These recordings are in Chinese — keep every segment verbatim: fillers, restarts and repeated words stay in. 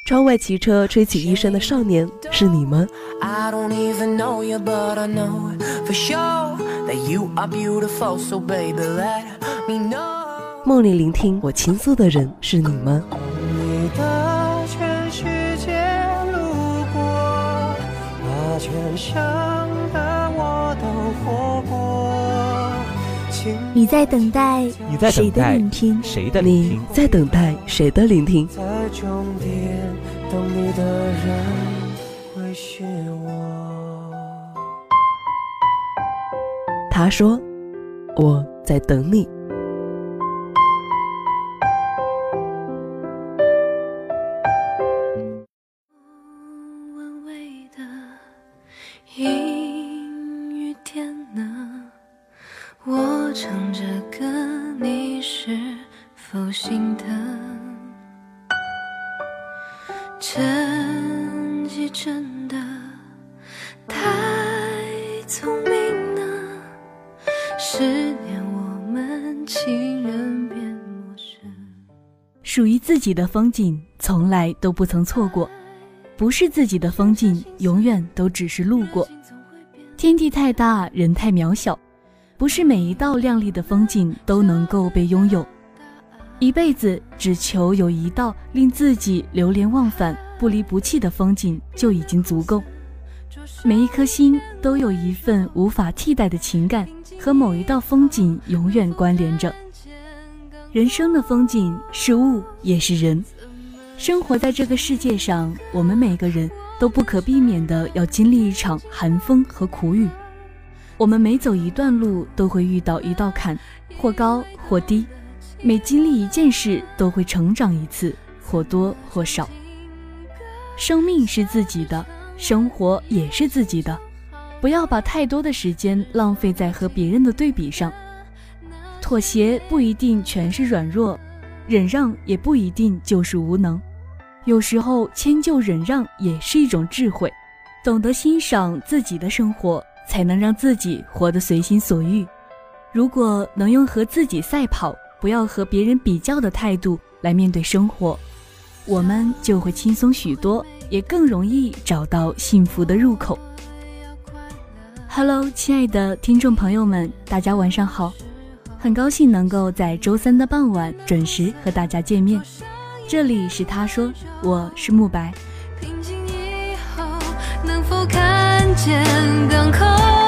窗外骑车吹起衣衫的少年是你吗？梦里聆听我倾诉的人是你吗？ 你的全世界路过，把全盛的我都活过。 你在等待你在谁等待的聆听？ 谁的聆听？ 你在等待谁的聆听？ 在终点等你的人会是我。 他说我在等你。 微微的阴雨天呢，我唱着歌，你是否心疼？成绩真的太聪明呢，十年我们情人变陌生。 属于自己的风景从来都不曾错过，不是自己的风景永远都只是路过。天地太大，人太渺小，不是每一道亮丽的风景都能够被拥有。一辈子只求有一道令自己流连忘返、不离不弃的风景就已经足够。每一颗心都有一份无法替代的情感，和某一道风景永远关联着。人生的风景是物也是人，生活在这个世界上，我们每个人都不可避免的要经历一场寒风和苦雨。我们每走一段路都会遇到一道坎，或高或低，每经历一件事都会成长一次，或多或少。生命是自己的，生活也是自己的，不要把太多的时间浪费在和别人的对比上。妥协不一定全是软弱，忍让也不一定就是无能，有时候迁就忍让也是一种智慧。懂得欣赏自己的生活，才能让自己活得随心所欲。如果能用和自己赛跑，不要和别人比较的态度来面对生活，我们就会轻松许多，也更容易找到幸福的入口。 Hello， 亲爱的听众朋友们，大家晚上好，很高兴能够在周三的傍晚准时和大家见面。这里是他说，我是慕白。 平静以后能否看见港口？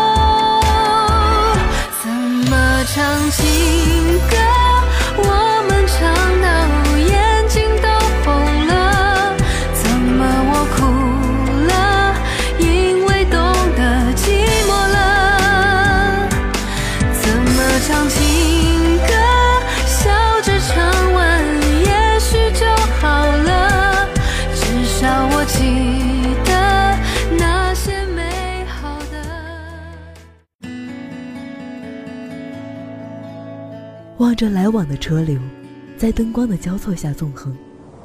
怎么唱情歌，我们唱到眼睛都红了，怎么我哭了，因为懂得寂寞了。怎么唱情歌，笑着唱完也许就好了，至少我记得那些美好的。 望着来往的车流，在灯光的交错下纵横，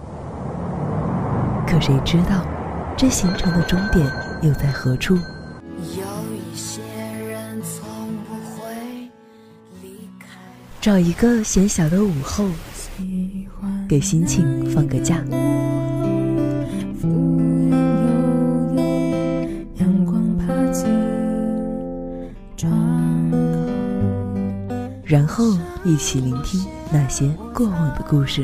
可谁知道这行程的终点又在何处？ 有一些人从不会离开。 找一个闲暇的午后，给心情放个假。然后一起聆听那些过往的故事。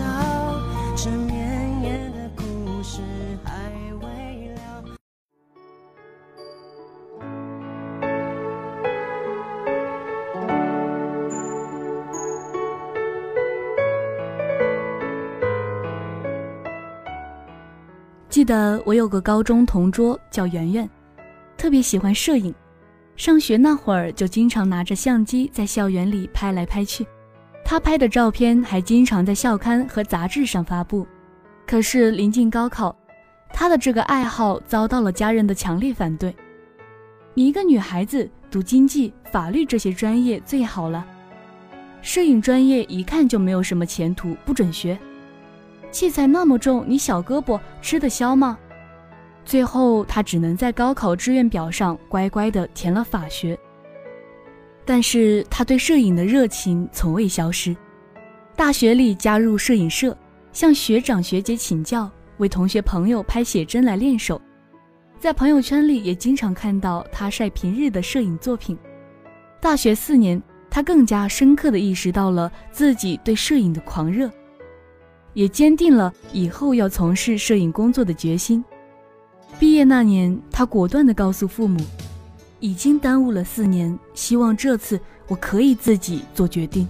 记得我有个高中同桌叫圆圆，特别喜欢摄影，上学那会儿就经常拿着相机在校园里拍来拍去，他拍的照片还经常在校刊和杂志上发布。可是临近高考，他的这个爱好遭到了家人的强烈反对。你一个女孩子读经济、法律这些专业最好了，摄影专业一看就没有什么前途，不准学。器材那么重，你小胳膊吃得消吗？最后他只能在高考志愿表上乖乖地填了法学。但是他对摄影的热情从未消失，大学里加入摄影社，向学长学姐请教， 为同学朋友拍写真来练手，在朋友圈里也经常看到他晒平日的摄影作品。大学四年，他更加深刻地意识到了自己对摄影的狂热，也坚定了以后要从事摄影工作的决心。毕业那年，他果断地告诉父母，已经耽误了四年，希望这次我可以自己做决定。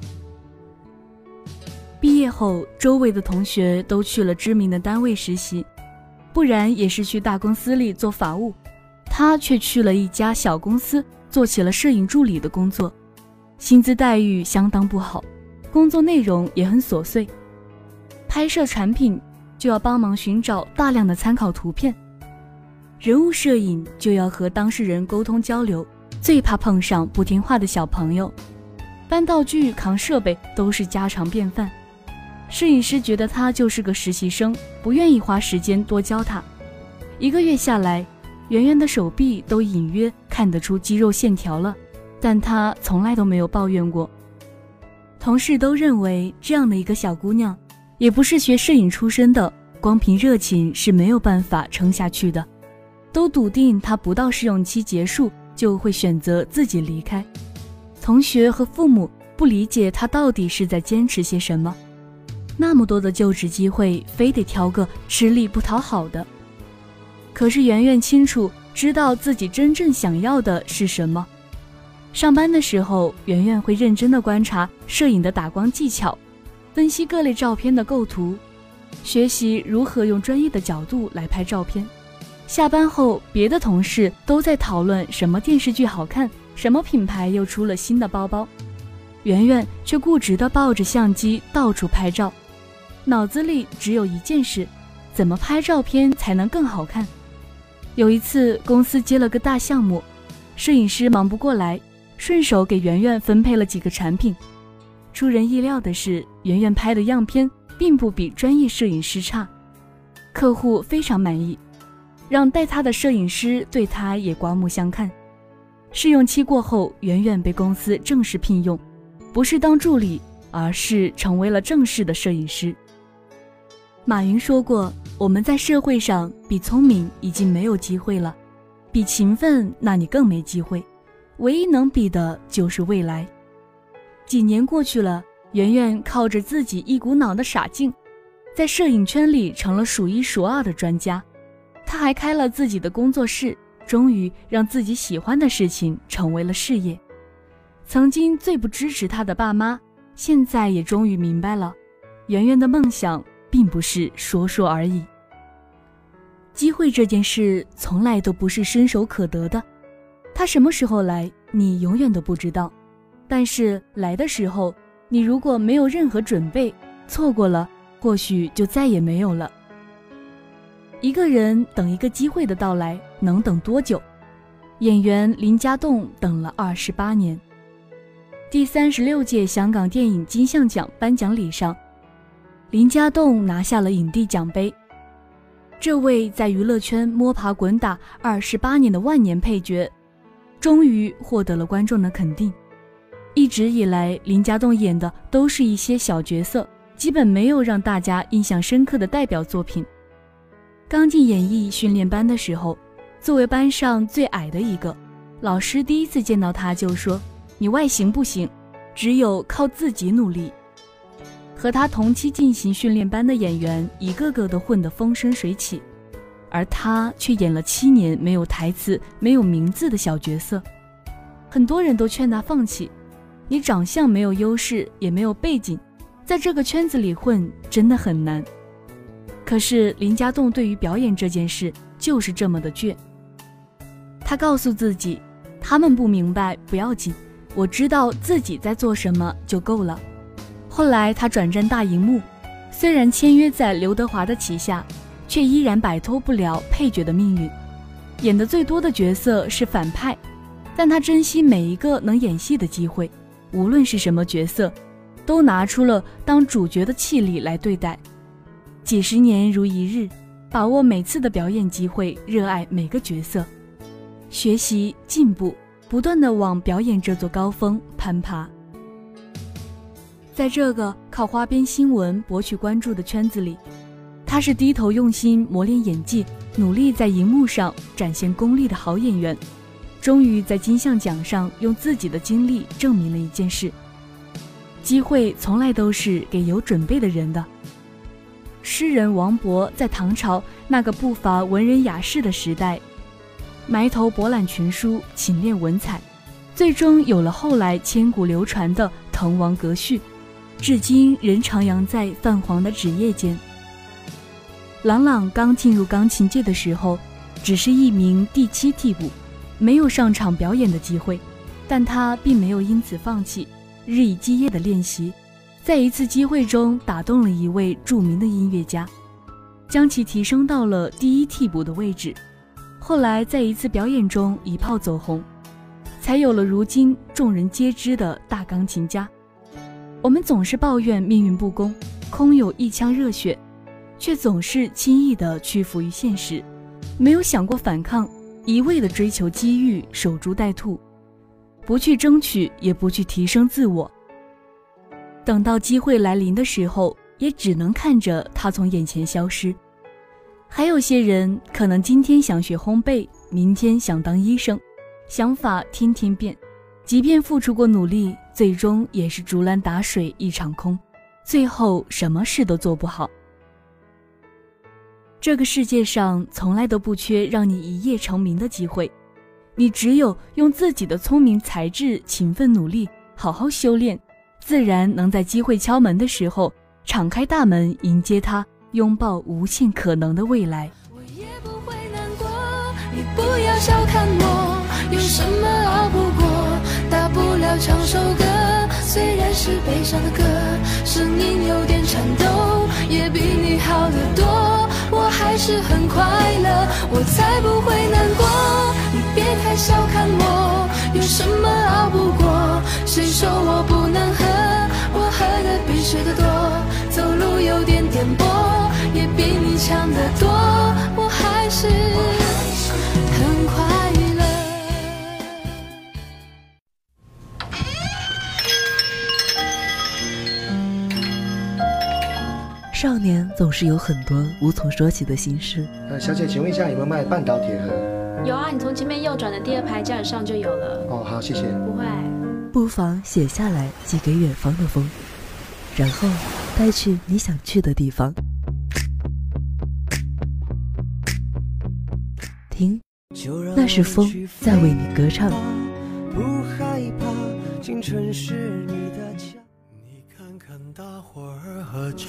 毕业后，周围的同学都去了知名的单位实习，不然也是去大公司里做法务，他却去了一家小公司，做起了摄影助理的工作，薪资待遇相当不好，工作内容也很琐碎。拍摄产品就要帮忙寻找大量的参考图片，人物摄影就要和当事人沟通交流，最怕碰上不听话的小朋友，搬道具扛设备都是家常便饭。摄影师觉得他就是个实习生，不愿意花时间多教他。一个月下来，圆圆的手臂都隐约看得出肌肉线条了，但他从来都没有抱怨过。同事都认为这样的一个小姑娘，也不是学摄影出身的，光凭热情是没有办法撑下去的，都笃定她不到试用期结束就会选择自己离开。同学和父母不理解她到底是在坚持些什么，那么多的就职机会，非得挑个吃力不讨好的。可是圆圆清楚知道自己真正想要的是什么。上班的时候，圆圆会认真地观察摄影的打光技巧，分析各类照片的构图，学习如何用专业的角度来拍照片。下班后，别的同事都在讨论什么电视剧好看，什么品牌又出了新的包包，圆圆却固执地抱着相机到处拍照，脑子里只有一件事，怎么拍照片才能更好看。有一次公司接了个大项目，摄影师忙不过来，顺手给圆圆分配了几个产品。出人意料的是，圆圆拍的样片并不比专业摄影师差，客户非常满意，让带他的摄影师对他也刮目相看。试用期过后，圆圆被公司正式聘用，不是当助理，而是成为了正式的摄影师。马云说过，我们在社会上比聪明已经没有机会了，比勤奋那你更没机会，唯一能比的就是未来。几年过去了，圆圆靠着自己一股脑的傻劲，在摄影圈里成了数一数二的专家。他还开了自己的工作室，终于让自己喜欢的事情成为了事业。曾经最不支持他的爸妈，现在也终于明白了，圆圆的梦想并不是说说而已。机会这件事从来都不是伸手可得的，它什么时候来，你永远都不知道。但是来的时候，你如果没有任何准备，错过了，或许就再也没有了。一个人等一个机会的到来，能等多久？演员林家栋等了二十八年。第三十六届香港电影金像奖颁奖礼上，林家栋拿下了影帝奖杯。这位在娱乐圈摸爬滚打二十八年的万年配角，终于获得了观众的肯定。一直以来，林家栋演的都是一些小角色，基本没有让大家印象深刻的代表作品。刚进演艺训练班的时候，作为班上最矮的一个，老师第一次见到他就说，你外形不行，只有靠自己努力。和他同期进行训练班的演员一个个都混得风生水起，而他却演了七年没有台词没有名字的小角色。很多人都劝他放弃，你长相没有优势也没有背景，在这个圈子里混真的很难。可是林家栋对于表演这件事就是这么的倔，他告诉自己，他们不明白不要紧，我知道自己在做什么就够了。后来他转战大荧幕，虽然签约在刘德华的旗下，却依然摆脱不了配角的命运。演的最多的角色是反派，但他珍惜每一个能演戏的机会，无论是什么角色，都拿出了当主角的气力来对待。几十年如一日，把握每次的表演机会，热爱每个角色，学习进步，不断地往表演这座高峰攀爬。在这个靠花边新闻博取关注的圈子里，他他是低头用心磨练演技，努力在荧幕上展现功力的好演员，终于在金像奖上用自己的经历证明了一件事：机会从来都是给有准备的人的。诗人王勃在唐朝那个不乏文人雅士的时代，埋头博览群书，勤练文采，最终有了后来千古流传的滕王阁序，至今仍徜徉在泛黄的纸页间。郎朗刚进入钢琴界的时候，只是一名第七替补，没有上场表演的机会，但他并没有因此放弃，日以继夜的练习，在一次机会中打动了一位著名的音乐家，将其提升到了第一替补的位置。后来在一次表演中一炮走红，才有了如今众人皆知的大钢琴家。我们总是抱怨命运不公，空有一腔热血，却总是轻易地屈服于现实，没有想过反抗，一味地追求机遇，守株待兔，不去争取，也不去提升自我。等到机会来临的时候，也只能看着它从眼前消失。还有些人可能今天想学烘焙，明天想当医生，想法天天变，即便付出过努力，最终也是竹篮打水一场空，最后什么事都做不好。这个世界上从来都不缺让你一夜成名的机会，你只有用自己的聪明才智，勤奋努力，好好修炼，自然能在机会敲门的时候敞开大门迎接它，拥抱无限可能的未来。 我也不会难过，你不要小看我，有什么熬不过，大不了唱首歌，虽然是悲伤的歌，声音有点颤抖，也比你好得多，我还是很快乐，我才不会难过，你别太小看我，有什么熬不过，谁说我不能喝，我喝的比谁的多，走路有点颠簸，也比你强得多，我还是很快乐。 少年总是有很多无从说起的心事。 呃，小姐，请问一下有没有卖半岛铁盒？ 有啊，你从前面右转的第二排架子上就有了。 哦，好，谢谢。 不会。 不妨写下来，寄给远方的风，然后带去你想去的地方。听，那是风在为你歌唱。 不害怕，青春是你的家。你看看大伙儿合照，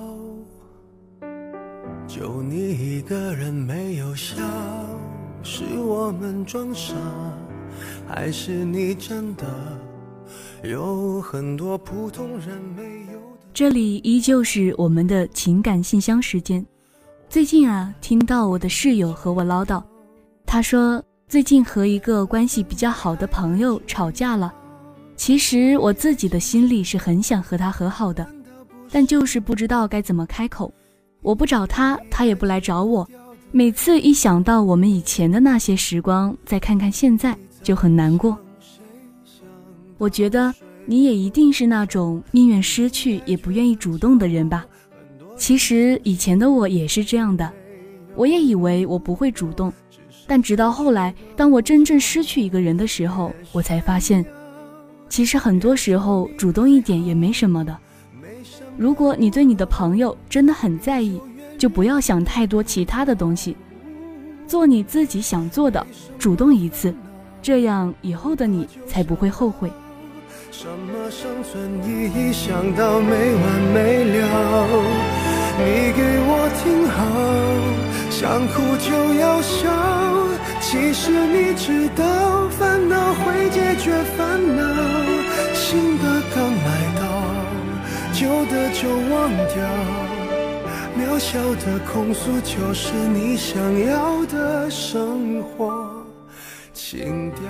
就你一个人没有笑，是我们装傻，还是你真的有很多普通人没有的？ 这里依旧是我们的情感信箱时间。最近啊，听到我的室友和我唠叨，他说最近和一个关系比较好的朋友吵架了。其实我自己的心里是很想和他和好的，但就是不知道该怎么开口。我不找他，他也不来找我，每次一想到我们以前的那些时光，再看看现在，就很难过。我觉得你也一定是那种宁愿失去也不愿意主动的人吧。其实以前的我也是这样的，我也以为我不会主动，但直到后来，当我真正失去一个人的时候，我才发现其实很多时候主动一点也没什么的。如果你对你的朋友真的很在意，就不要想太多其他的东西，做你自己想做的，主动一次，这样以后的你才不会后悔。 什么生存意义，想到没完没了，你给我听好，想哭就要笑，其实你知道烦恼会解决烦恼，新的刚来到，旧的就忘掉，渺小的控诉就是你想要的生活情调。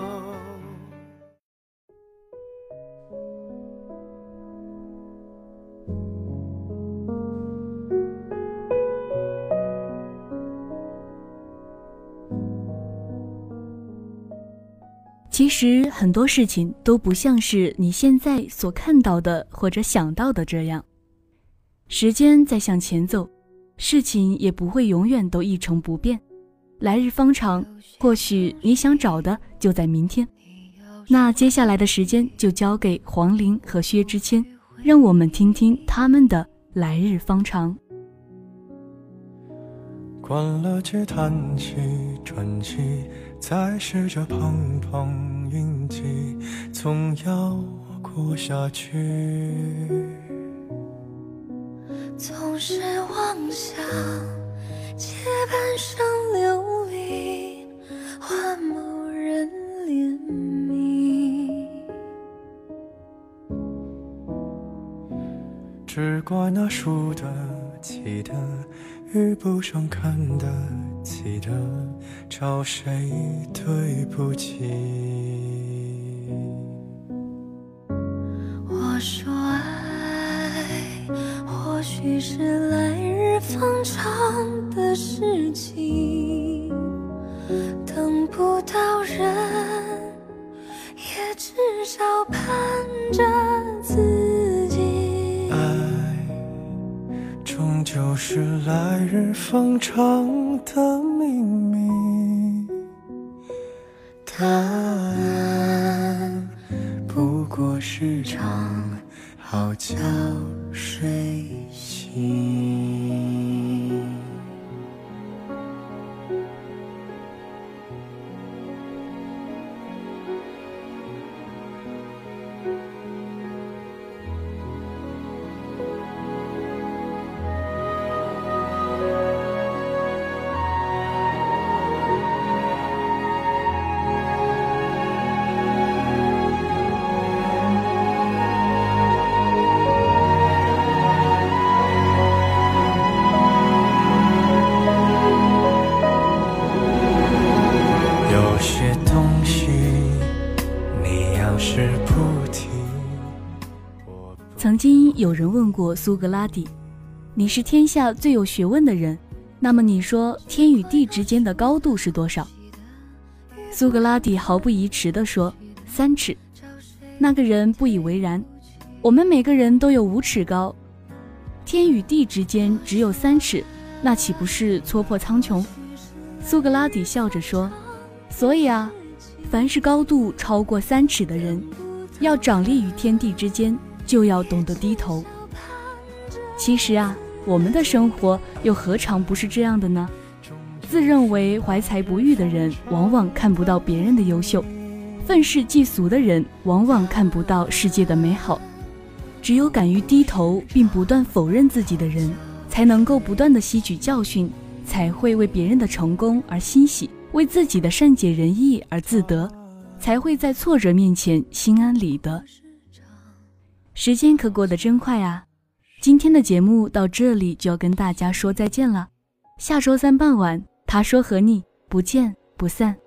其实很多事情都不像是你现在所看到的或者想到的这样。时间在向前走， 事情也不会永远都一成不变。来日方长，或许你想找的就在明天。那接下来的时间就交给黄龄和薛之谦，让我们听听他们的来日方长。 关了机叹气喘气，再试着碰碰运气，总要过下去。 总是妄想借半生流离换某人怜悯， 只怪那输得起的遇不上看得起的，找谁对不起。 我说爱或许是来日方长的事情，等不到人也至少盼着自己。 爱终究是来日方长的秘密，答案不过是场好觉睡醒。 曾经有人问过苏格拉底，你是天下最有学问的人，那么你说天与地之间的高度是多少？苏格拉底毫不疑迟地说，三尺。那个人不以为然，我们每个人都有五尺高，天与地之间只有三尺，那岂不是戳破苍穹？苏格拉底笑着说，所以啊，凡是高度超过三尺的人，要掌立于天地之间，就要懂得低头。其实啊，我们的生活又何尝不是这样的呢？自认为怀才不遇的人，往往看不到别人的优秀；愤世嫉俗的人，往往看不到世界的美好。只有敢于低头并不断否认自己的人，才能够不断地吸取教训，才会为别人的成功而欣喜，为自己的善解人意而自得，才会在挫折面前心安理得。时间可过得真快啊！今天的节目到这里就要跟大家说再见了。下周三傍晚，他说和你不见不散。